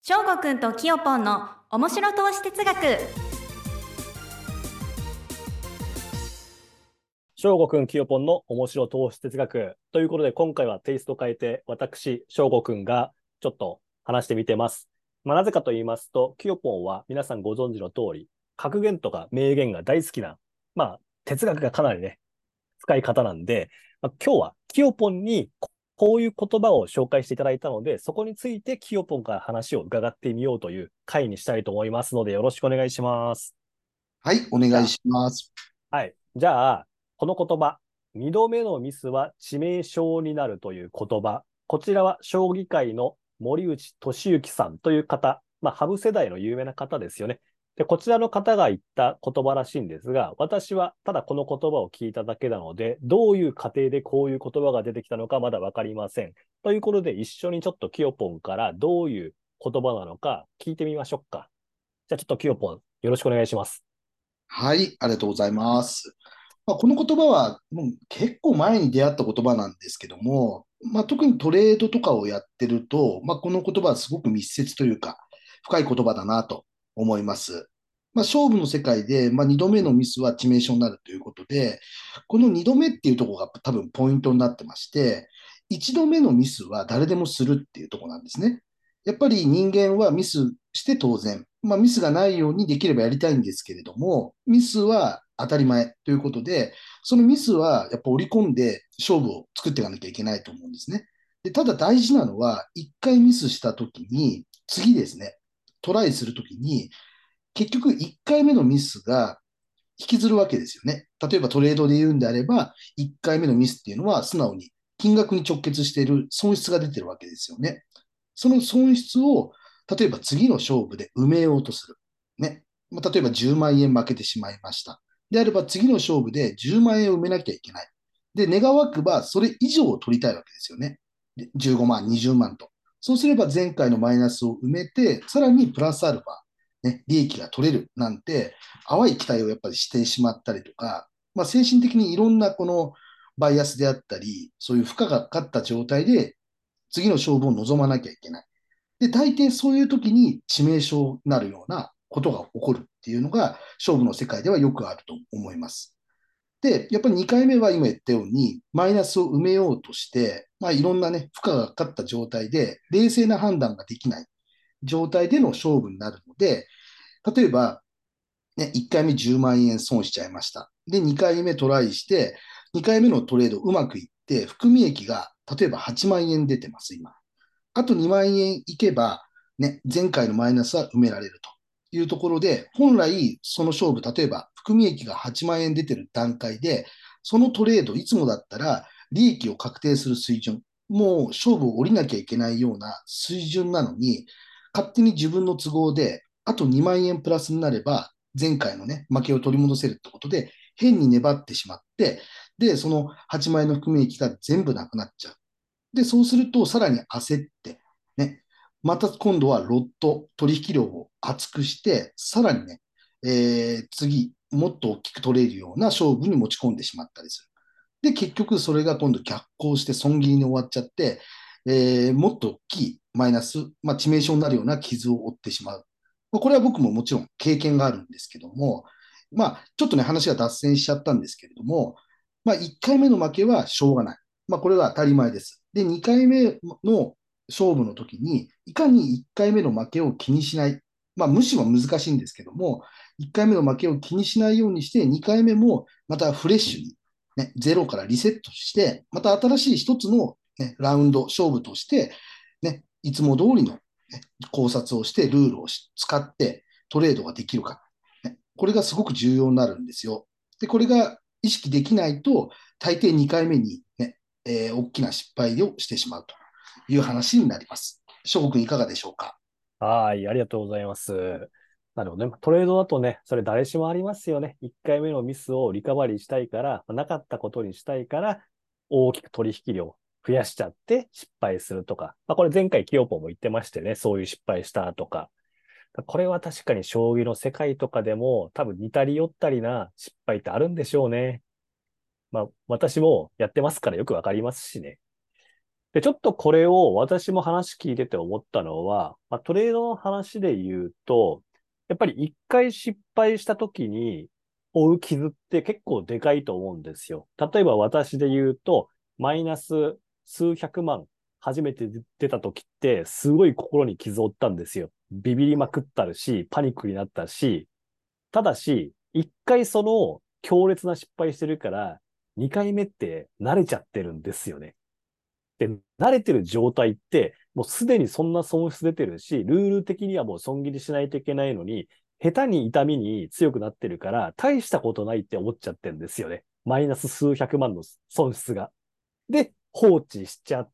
翔吾くんときよぽんの面白投資哲学。 翔吾くん、きよぽんの面白投資哲学。ということで、今回はテイストを変えて、私、翔吾くんがちょっと話してみてます。なぜかと言いますと、きよぽんは皆さんご存知の通り、格言とか名言が大好きな、哲学がかなりね、深い方なんで、今日はきよぽんにこういう言葉を紹介していただいたので、そこについてきよぽんから話を伺ってみようという回にしたいと思いますので、よろしくお願いします。 はい、お願いじゃあ、 します。 はい。じゃあ、この言葉、二度目のミスは致命傷になるという言葉。こちらは将棋界の森内俊之さんという方、羽生世代の有名な方ですよね。で、こちらの方が言った言葉らしいんですが、私はただこの言葉を聞いただけなので、どういう過程でこういう言葉が出てきたのかまだわかりません。ということで、一緒にちょっとキヨポンからどういう言葉なのか聞いてみましょうか。じゃあちょっとキヨポン、よろしくお願いします。 はい、ありがとうございます。この言葉はもう結構前に出会った言葉なんですけども、特にトレードとかをやってると、この言葉はすごく密接というか、深い言葉だなと思います。勝負の世界で、2度目のミスは致命傷になるということで、この2度目っていうところが多分ポイントになってまして、1度目のミスは誰でもするっていうところなんですね。やっぱり人間はミスして当然。ミスがないようにできればやりたいんですけれども、ミスは当たり前ということで、そのミスはやっぱ織り込んで勝負を作っていかなきゃいけないと思うんですね。で、ただ大事なのは、一回ミスしたときに、次ですね、トライするときに、結局一回目のミスが引きずるわけですよね。例えばトレードで言うんであれば、一回目のミスっていうのは素直に金額に直結している損失が出てるわけですよね。その損失を、例えば次の勝負で埋めようとする。ね。例えば10万円負けてしまいました。であれば次の勝負で10万円を埋めなきゃいけない。で、願わくばそれ以上を取りたいわけですよね。で15万、20万と。そうすれば前回のマイナスを埋めて、さらにプラスアルファ、ね、利益が取れるなんて、淡い期待をやっぱりしてしまったりとか、精神的にいろんなこのバイアスであったり、そういう負荷がかかった状態で次の勝負を望まなきゃいけない。で、大抵そういう時に致命傷になるようなことが起こるっていうのが、勝負の世界ではよくあると思います。で、やっぱり2回目は今言ったように、マイナスを埋めようとして、いろんなね、負荷がかかった状態で、冷静な判断ができない状態での勝負になるので、例えば、ね、1回目10万円損しちゃいました。で、2回目トライして、2回目のトレードうまくいって、含み益が例えば8万円出てます、今。あと2万円いけば、ね、前回のマイナスは埋められるというところで、本来その勝負、例えば含み益が8万円出てる段階で、そのトレード、いつもだったら利益を確定する水準、もう勝負を降りなきゃいけないような水準なのに、勝手に自分の都合で、あと2万円プラスになれば、前回のね、負けを取り戻せるってことで、変に粘ってしまって、で、その8万円の含み益が全部なくなっちゃう。で、そうすると、さらに焦って、ね、また今度はロット、取引量を厚くして、さらにね、次、もっと大きく取れるような勝負に持ち込んでしまったりする。で、結局それが今度逆行して損切りに終わっちゃって、もっと大きいマイナス、致命傷になるような傷を負ってしまう。これは僕ももちろん経験があるんですけども、ちょっとね、話が脱線しちゃったんですけれども、1回目の負けはしょうがない。これは当たり前です。で、2回目の勝負の時に、いかに1回目の負けを気にしない。無視は難しいんですけども、1回目の負けを気にしないようにして、2回目もまたフレッシュに、ね、ゼロからリセットして、また新しい一つの、ね、ラウンド、勝負として、ね、いつも通りの、ね、考察をして、ルールを使ってトレードができるか、ね。これがすごく重要になるんですよ。で、これが意識できないと、大抵2回目にね、大きな失敗をしてしまうという話になります。翔吾君いかがでしょうか？ はい、ありがとうございます。なるほどね。トレードだとね、それ誰しもありますよね。1回目のミスをリカバリーしたいから、なかったことにしたいから、大きく取引量増やしちゃって失敗するとか。これ前回キヨポンも言ってましてね、そういう失敗したとか。これは確かに将棋の世界とかでも多分似たり寄ったりな失敗ってあるんでしょうね。私もやってますからよくわかりますしね。 で、ちょっとこれを私も話聞いてて思ったのは、トレードの話で言うと、やっぱり一回失敗した時に負う傷って結構でかいと思うんですよ。例えば私で言うと、マイナス数百万初めて出た時って、すごい心に傷を負ったんですよ。ビビりまくったし、パニックになったし、ただし、一回その強烈な失敗してるから、二回目って慣れちゃってるんですよね。で、慣れてる状態って、もうすでにそんな損失出てるし、ルール的にはもう損切りしないといけないのに、下手に痛みに強くなってるから、大したことないって思っちゃってるんですよね。マイナス数百万の損失が。で、放置しちゃって、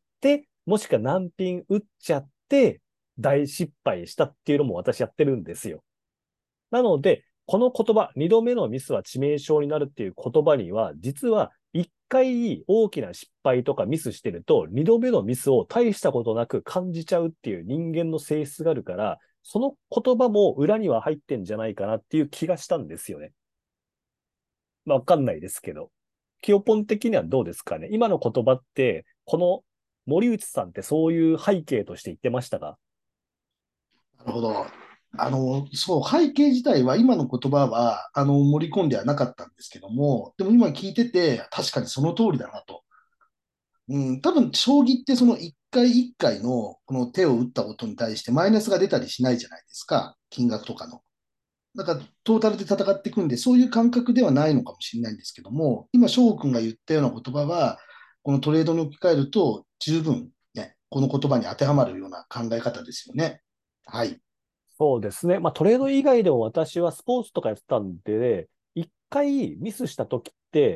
もしくは難品打っちゃって、大失敗したっていうのも私やってるんですよ。なので、この言葉、二度目のミスは致命傷になるっていう言葉には、実は一回大きな失敗とかミスしてると、二度目のミスを大したことなく感じちゃうっていう人間の性質があるから、その言葉も裏には入ってんじゃないかなっていう気がしたんですよね。わかんないですけど。キヨポン的にはどうですかね。今の言葉って、この森内さんってそういう背景として言ってましたか？ なるほど。そう、背景自体は今の言葉は、盛り込んではなかったんですけども、でも今聞いてて、確かにその通りだなと。うん、多分、将棋ってその一回一回のこの手を打ったことに対してマイナスが出たりしないじゃないですか。金額とかの。だから、トータルで戦っていくんで、そういう感覚ではないのかもしれないんですけども、今、翔くんが言ったような言葉は、このトレードに置き換えると、十分ね、この言葉に当てはまるような考え方ですよね。はい。 そうですね。トレード以外でも私はスポーツとかやってたんで、一回ミスした時って、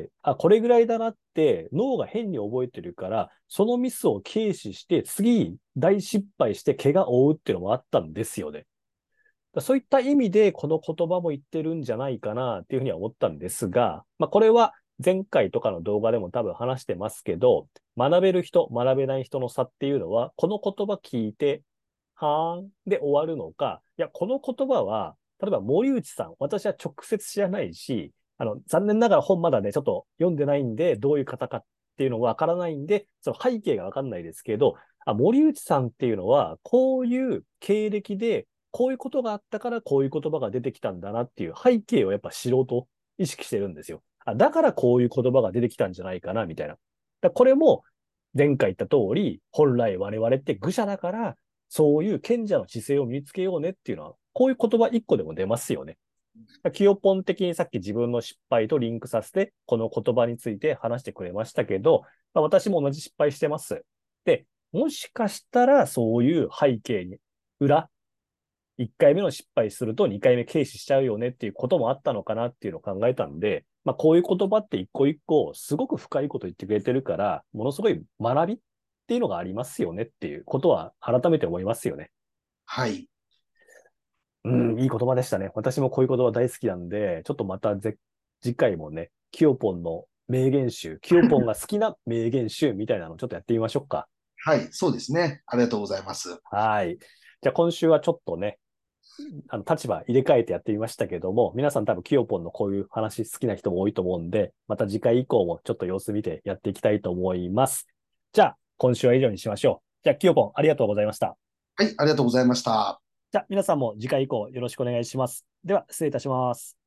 これぐらいだなって脳が変に覚えてるから、そのミスを軽視して、次大失敗して怪我を負うっていうのもあったんですよね。そういった意味でこの言葉も言ってるんじゃないかなっていうふうには思ったんですが、これは前回とかの動画でも多分話してますけど、学べる人、学べない人の差っていうのは、この言葉聞いて、はーんで終わるのか、いや、この言葉は、例えば森内さん、私は直接知らないし、残念ながら本まだね、ちょっと読んでないんで、どういう方かっていうのがわからないんで、その背景がわかんないですけど、森内さんっていうのは、こういう経歴で、こういうことがあったからこういう言葉が出てきたんだなっていう背景をやっぱ知ろうと意識してるんですよ。だからこういう言葉が出てきたんじゃないかな、みたいな。これも前回言った通り、本来我々って愚者だから、そういう賢者の姿勢を身につけようねっていうのは、こういう言葉一個でも出ますよね。キヨポン的にさっき自分の失敗とリンクさせて、この言葉について話してくれましたけど、私も同じ失敗してます。で、もしかしたらそういう背景に、1回目の失敗すると2回目軽視しちゃうよねっていうこともあったのかなっていうのを考えたんで、こういう言葉って一個一個すごく深いこと言ってくれてるから、ものすごい学びっていうのがありますよねっていうことは改めて思いますよね。 はい。 うん、いい言葉でしたね。私もこういう言葉大好きなんで、ちょっとまた次回もね、キヨポンの名言集、キヨポンが好きな名言集みたいなのをちょっとやってみましょうか。 はい。そうですね。ありがとうございます。 はい。じゃあ今週はちょっとね、立場入れ替えてやってみましたけども、皆さん多分キヨポンのこういう話好きな人も多いと思うんで、また次回以降もちょっと様子見てやっていきたいと思います。じゃあ、今週は以上にしましょう。じゃあ、キヨポンありがとうございました。 はい。ありがとうございました。 じゃあ、皆さんも次回以降よろしくお願いします。では、失礼いたします。